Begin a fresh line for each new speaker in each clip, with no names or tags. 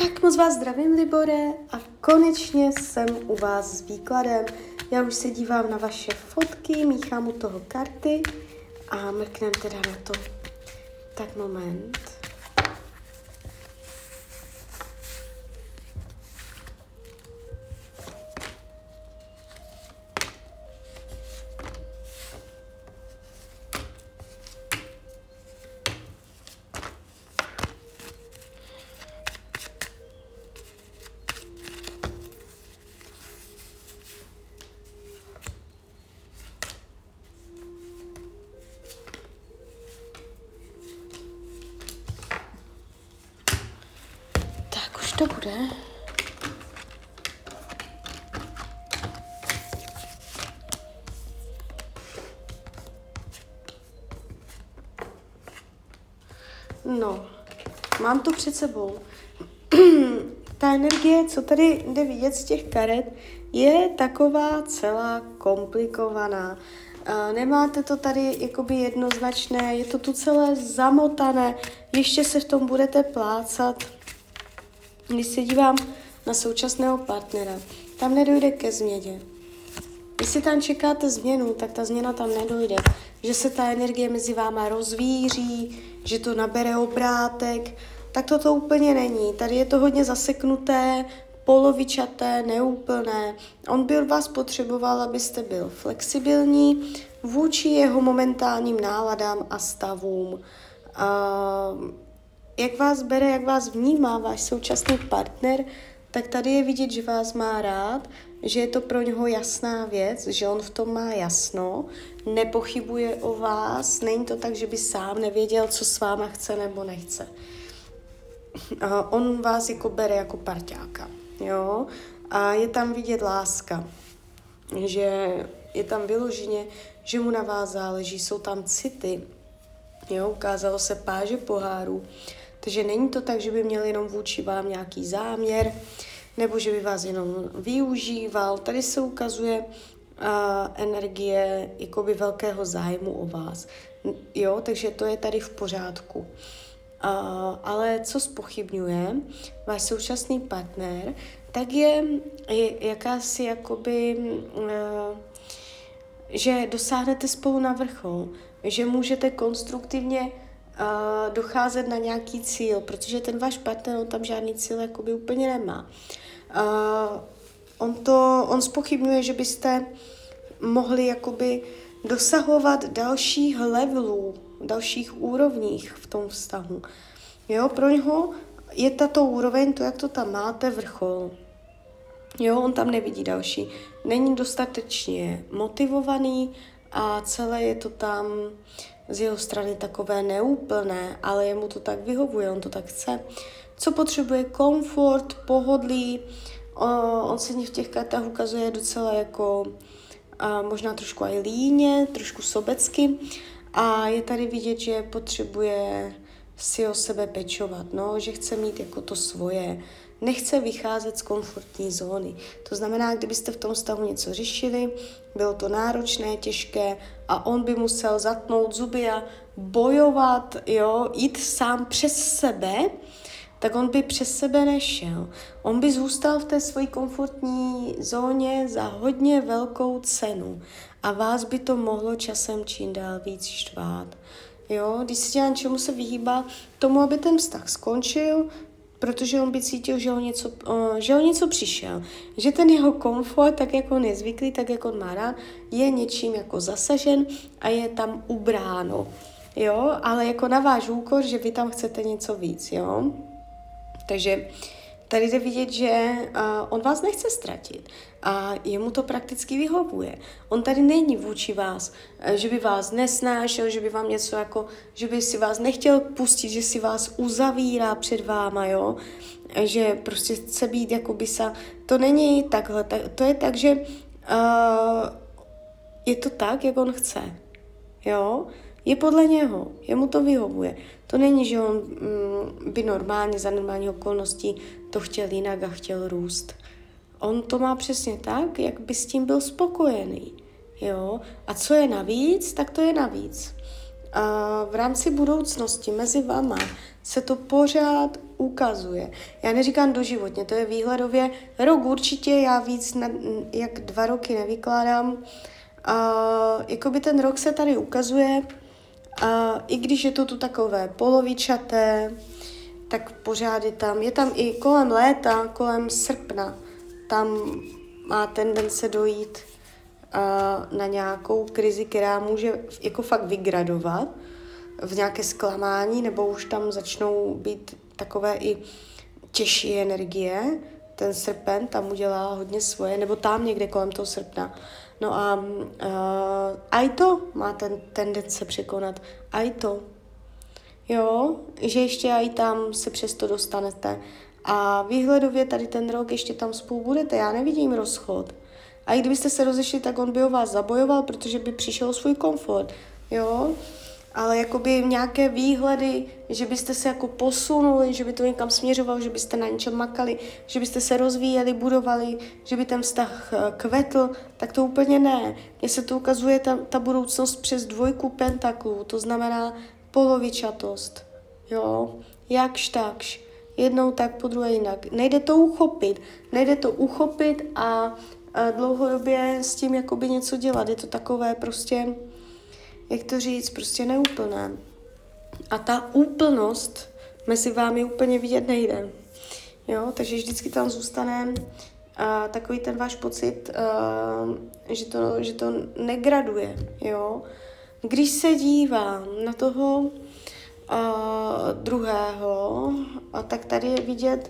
Tak moc vás zdravím, Libore, a konečně jsem u vás s výkladem. Já už se dívám na vaše fotky, míchám u toho karty a mrknem teda na to. Tak moment. To bude. No, mám to před sebou. Ta energie, co tady jde vidět z těch karet, je taková celá komplikovaná. Nemáte to tady jakoby jednoznačné, je to tu celé zamotané, ještě se v tom budete plácat. Když se dívám na současného partnera, tam nedojde ke změně. Jestli tam čekáte změnu, tak ta změna tam nedojde. Že se ta energie mezi váma rozvíří, že to nabere obrátek, tak to úplně není. Tady je to hodně zaseknuté, polovičaté, neúplné. On by od vás potřeboval, abyste byl flexibilní vůči jeho momentálním náladám a stavům. Jak vás bere, jak vás vnímá váš současný partner, tak tady je vidět, že vás má rád, že je to pro něho jasná věc, že on v tom má jasno, nepochybuje o vás, není to tak, že by sám nevěděl, co s váma chce nebo nechce. On vás jako bere jako parťáka, jo? A je tam vidět láska, že je tam vyloženě, že mu na vás záleží, jsou tam city, jo? Ukázalo se páže pohárů. Takže není to tak, že by měl jenom vůči vám nějaký záměr, nebo že by vás jenom využíval. Tady se ukazuje energie jakoby velkého zájmu o vás. Jo, takže to je tady v pořádku. Ale co zpochybňuje váš současný partner, tak je jakási jakoby, že dosáhnete spolu na vrchol, že můžete konstruktivně docházet na nějaký cíl, protože ten váš partner, on tam žádný cíl jakoby úplně nemá. On zpochybňuje, že byste mohli jakoby dosahovat dalších levelů, dalších úrovních v tom vztahu. Jo, pro něho je tato úroveň, to, jak to tam máte, vrchol. Jo, on tam nevidí další. Není dostatečně motivovaný a celé je to tam z jeho strany takové neúplné, ale jemu to tak vyhovuje, on to tak chce. Co potřebuje? Komfort, pohodlí, on se v těch kartách ukazuje docela jako možná trošku aj líně, trošku sobecky a je tady vidět, že potřebuje si o sebe pečovat, no, že chce mít jako to svoje, nechce vycházet z komfortní zóny. To znamená, kdybyste v tom vztahu něco řešili, bylo to náročné, těžké a on by musel zatnout zuby a bojovat, jo, jít sám přes sebe, tak on by přes sebe nešel. On by zůstal v té své komfortní zóně za hodně velkou cenu a vás by to mohlo časem čím dál víc štvát. Jo, když se dělá čemu se vyhýbá tomu, aby ten vztah skončil, protože on by cítil, že o něco přišel. Že ten jeho komfort, tak jak on je zvyklý, tak jak on má rád, je něčím jako zasažen a je tam ubráno. Jo, ale jako na váš úkor, že vy tam chcete něco víc, jo. Takže tady jde vidět, že on vás nechce ztratit a jemu to prakticky vyhovuje. On tady není vůči vás, že by vás nesnášel, že by vám něco jako, že by si vás nechtěl pustit, že si vás uzavírá před váma, jo, že prostě chce být jakoby to není takhle, to je tak, že je to tak, jak on chce, jo. Je podle něho, jemu to vyhovuje. To není, že on by normálně, za normální okolností to chtěl jinak a chtěl růst. On to má přesně tak, jak by s tím byl spokojený. Jo? A co je navíc, tak to je navíc. v rámci budoucnosti mezi váma se to pořád ukazuje. Já neříkám doživotně, to je výhledově. Rok určitě, já víc jak 2 roky nevykládám. Jakoby ten rok se tady ukazuje, i když je to tu takové polovičaté, tak pořád je tam i kolem léta, kolem srpna, tam má tendence dojít na nějakou krizi, která může jako fakt vygradovat v nějaké zklamání, nebo už tam začnou být takové i těžší energie. Ten srpen tam udělá hodně svoje, nebo tam někde kolem toho srpna. No a i to má ten tendence překonat. I to. Jo, že ještě i tam se přesto dostanete. A výhledově tady ten rok ještě tam spolu budete. Já nevidím rozchod. A i kdybyste se rozešli, tak on by o vás zabojoval, protože by přišel svůj komfort. Jo, ale jakoby nějaké výhledy, že byste se jako posunuli, že by to někam směřovalo, že byste na něčem makali, že byste se rozvíjeli, budovali, že by ten vztah kvetl, tak to úplně ne. Mně se to ukazuje ta budoucnost přes 2 pentaklů, to znamená polovičatost. Jo, jakž takž. Jednou tak, po druhé jinak. Nejde to uchopit a dlouhodobě s tím jakoby něco dělat. Je to takové prostě, jak to říct, prostě neúplné. A ta úplnost mezi vámi úplně vidět nejde. Jo, takže vždycky tam zůstane takový ten váš pocit, že to negraduje. Jo. Když se dívám na toho druhého, tak tady je vidět,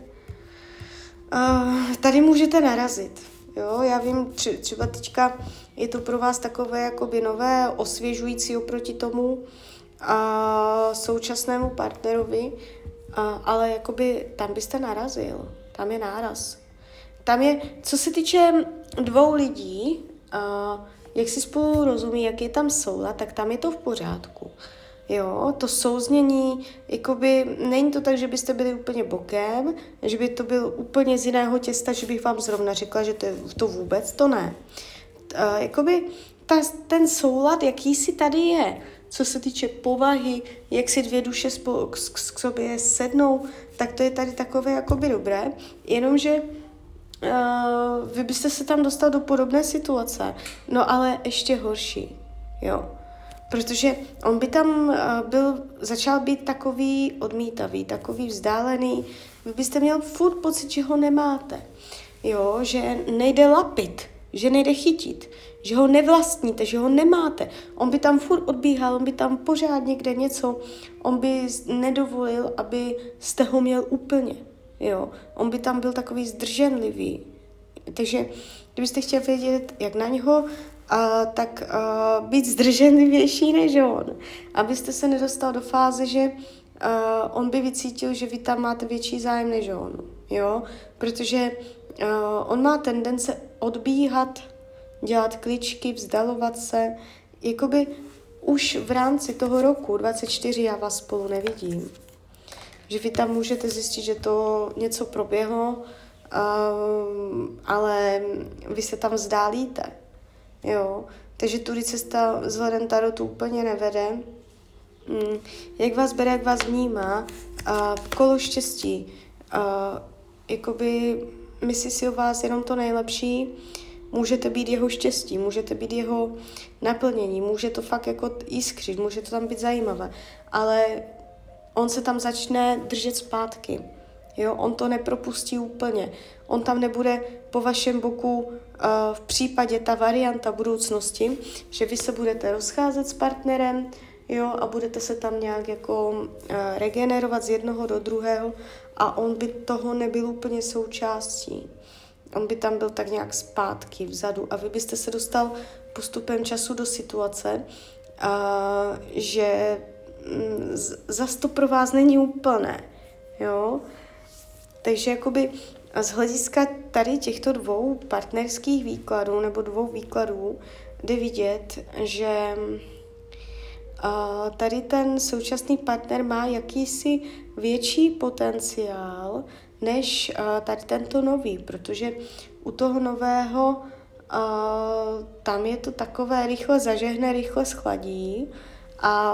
tady můžete narazit. Jo, já vím, třeba teďka je to pro vás takové jakoby nové, osvěžující oproti tomu současnému partnerovi, ale jakoby tam byste narazil. Tam je náraz. Tam je, co se týče 2 lidí, jak si spolu rozumí, jak je tam soulad, tak tam je to v pořádku. Jo, to souznění, jakoby, není to tak, že byste byli úplně bokem, že by to byl úplně z jiného těsta, že bych vám zrovna řekla, že to vůbec, to ne. Jakoby ten soulad, jaký si tady je, co se týče povahy, jak si 2 duše k sobě sednou, tak to je tady takové jakoby dobré, jenomže vy byste se tam dostal do podobné situace, no ale ještě horší, jo. Protože on by tam začal být takový odmítavý, takový vzdálený, vy byste měl furt pocit, že ho nemáte, jo, že nejde lapit, že nejde chytit, že ho nevlastníte, že ho nemáte. On by tam furt odbíhal, on by tam pořád někde něco, on by nedovolil, aby jste ho měl úplně, jo. On by tam byl takový zdrženlivý. Takže kdybyste chtěli vědět, jak na něho, tak být zdrženlivější než on. Abyste se nedostal do fáze, že on by vycítil, že vy tam máte větší zájem než on. Jo? Protože on má tendence odbíhat, dělat kličky, vzdalovat se. Jakoby už v rámci toho roku 24 já vás spolu nevidím. Že vy tam můžete zjistit, že to něco proběhlo, ale vy se tam vzdálíte. Jo, takže tudy cesta vzhledem tarotu úplně nevede. Jak vás bere, jak vás vnímá, kolo štěstí, jakoby myslí si o vás jenom to nejlepší, můžete být jeho štěstí, můžete být jeho naplnění, může to fakt jako jiskřit, může to tam být zajímavé, ale on se tam začne držet zpátky. Jo, on to nepropustí úplně. On tam nebude po vašem boku v případě ta varianta budoucnosti, že vy se budete rozcházet s partnerem, jo, a budete se tam nějak jako regenerovat z jednoho do druhého a on by toho nebyl úplně součástí. On by tam byl tak nějak zpátky, vzadu a vy byste se dostal postupem času do situace, že zas to pro vás není úplné, jo. Takže jakoby z hlediska tady těchto 2 partnerských výkladů nebo 2 výkladů jde vidět, že tady ten současný partner má jakýsi větší potenciál než tady tento nový, protože u toho nového tam je to takové rychle zažehne, rychle schladí a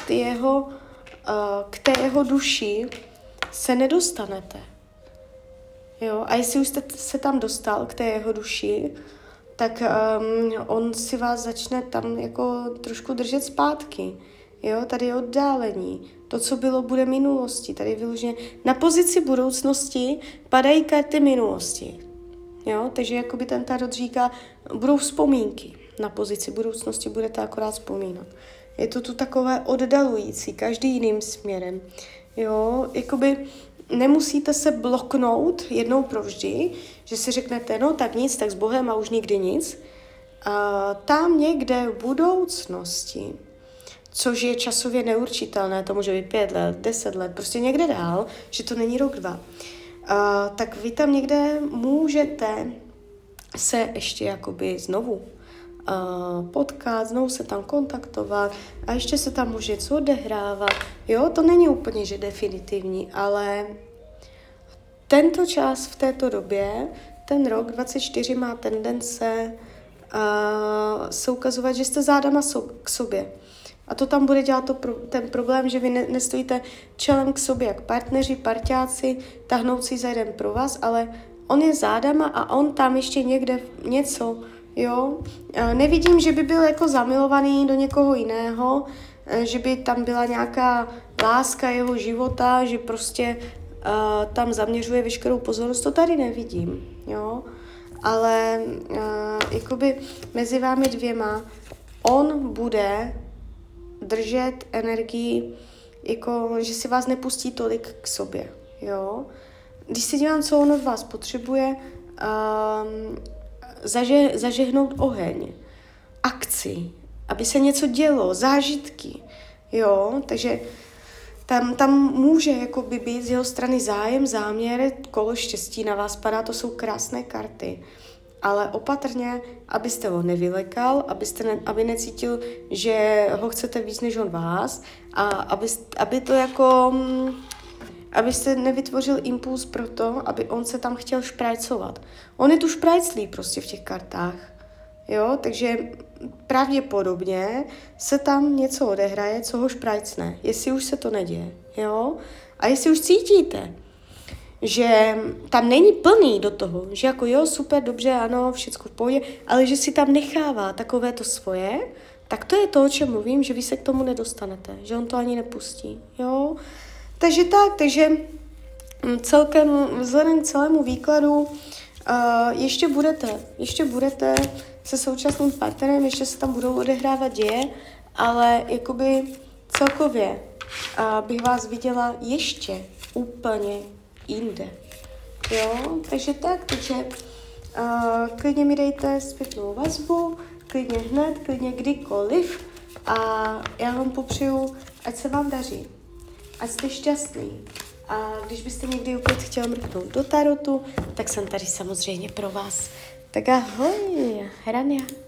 k té jeho duši se nedostanete. Jo? A jestli už jste se tam dostal k té jeho duši, tak on si vás začne tam jako trošku držet zpátky. Jo? Tady je oddálení. To, co bylo, bude minulosti. Tady vyloženě na pozici budoucnosti padají karty minulosti. Jo? Takže jakoby ten tarot říká, budou vzpomínky. Na pozici budoucnosti budete akorát vzpomínat. Je to tu takové oddalující, každý jiným směrem. Jo? Jakoby nemusíte se bloknout jednou provždy, že si řeknete, no tak nic, tak s Bohem a už nikdy nic. Tam někde v budoucnosti, což je časově neurčitelné, to může být 5 let, 10 let, prostě někde dál, že to není rok, 2. Tak vy tam někde můžete se ještě jakoby znovu potkat, znovu se tam kontaktovat a ještě se tam může něco odehrávat. Jo, to není úplně, že definitivní, ale tento čas v této době, ten rok 24 má tendence se ukazovat, že jste zádama k sobě. A to tam bude dělat ten problém, že vy nestojíte čelem k sobě jak partneři, parťáci, tahnoucí za jeden pro vás, ale on je zádama a on tam ještě někde něco, jo. Nevidím, že by byl jako zamilovaný do někoho jiného, že by tam byla nějaká láska jeho života, že prostě tam zaměřuje veškerou pozornost, to tady nevidím, jo. Ale jakoby mezi vámi dvěma on bude držet energii, jako, že si vás nepustí tolik k sobě, jo. Když se dívám, co on od vás potřebuje, zažehnout oheň, akci, aby se něco dělo, zážitky, jo, takže tam může jakoby být z jeho strany zájem, záměr, kolo štěstí na vás padá, to jsou krásné karty. Ale opatrně, abyste ho nevylekal, aby necítil, že ho chcete víc než on vás a aby to jako, abyste nevytvořil impuls pro to, aby on se tam chtěl šprajcovat. On je tu šprajclý prostě v těch kartách, jo, takže pravděpodobně se tam něco odehraje, co ho šprajcne, jestli už se to neděje, jo, a jestli už cítíte, že tam není plný do toho, že jako jo, super, dobře, ano, všecko v pohodě, ale že si tam nechává takové to svoje, tak to je to, o čem mluvím, že vy se k tomu nedostanete, že on to ani nepustí, jo. Takže celkem vzhledem k celému výkladu ještě budete se současným partnerem, ještě se tam budou odehrávat děje, ale jakoby celkově bych vás viděla ještě úplně jinde. Jo, takže klidně mi dejte zpětnou vazbu, klidně hned, klidně kdykoliv a já vám popřeju, ať se vám daří, ať jste šťastný. A když byste někdy opět chtěl mrknout do tarotu, tak jsem tady samozřejmě pro vás. Tak ahoj, Hrania.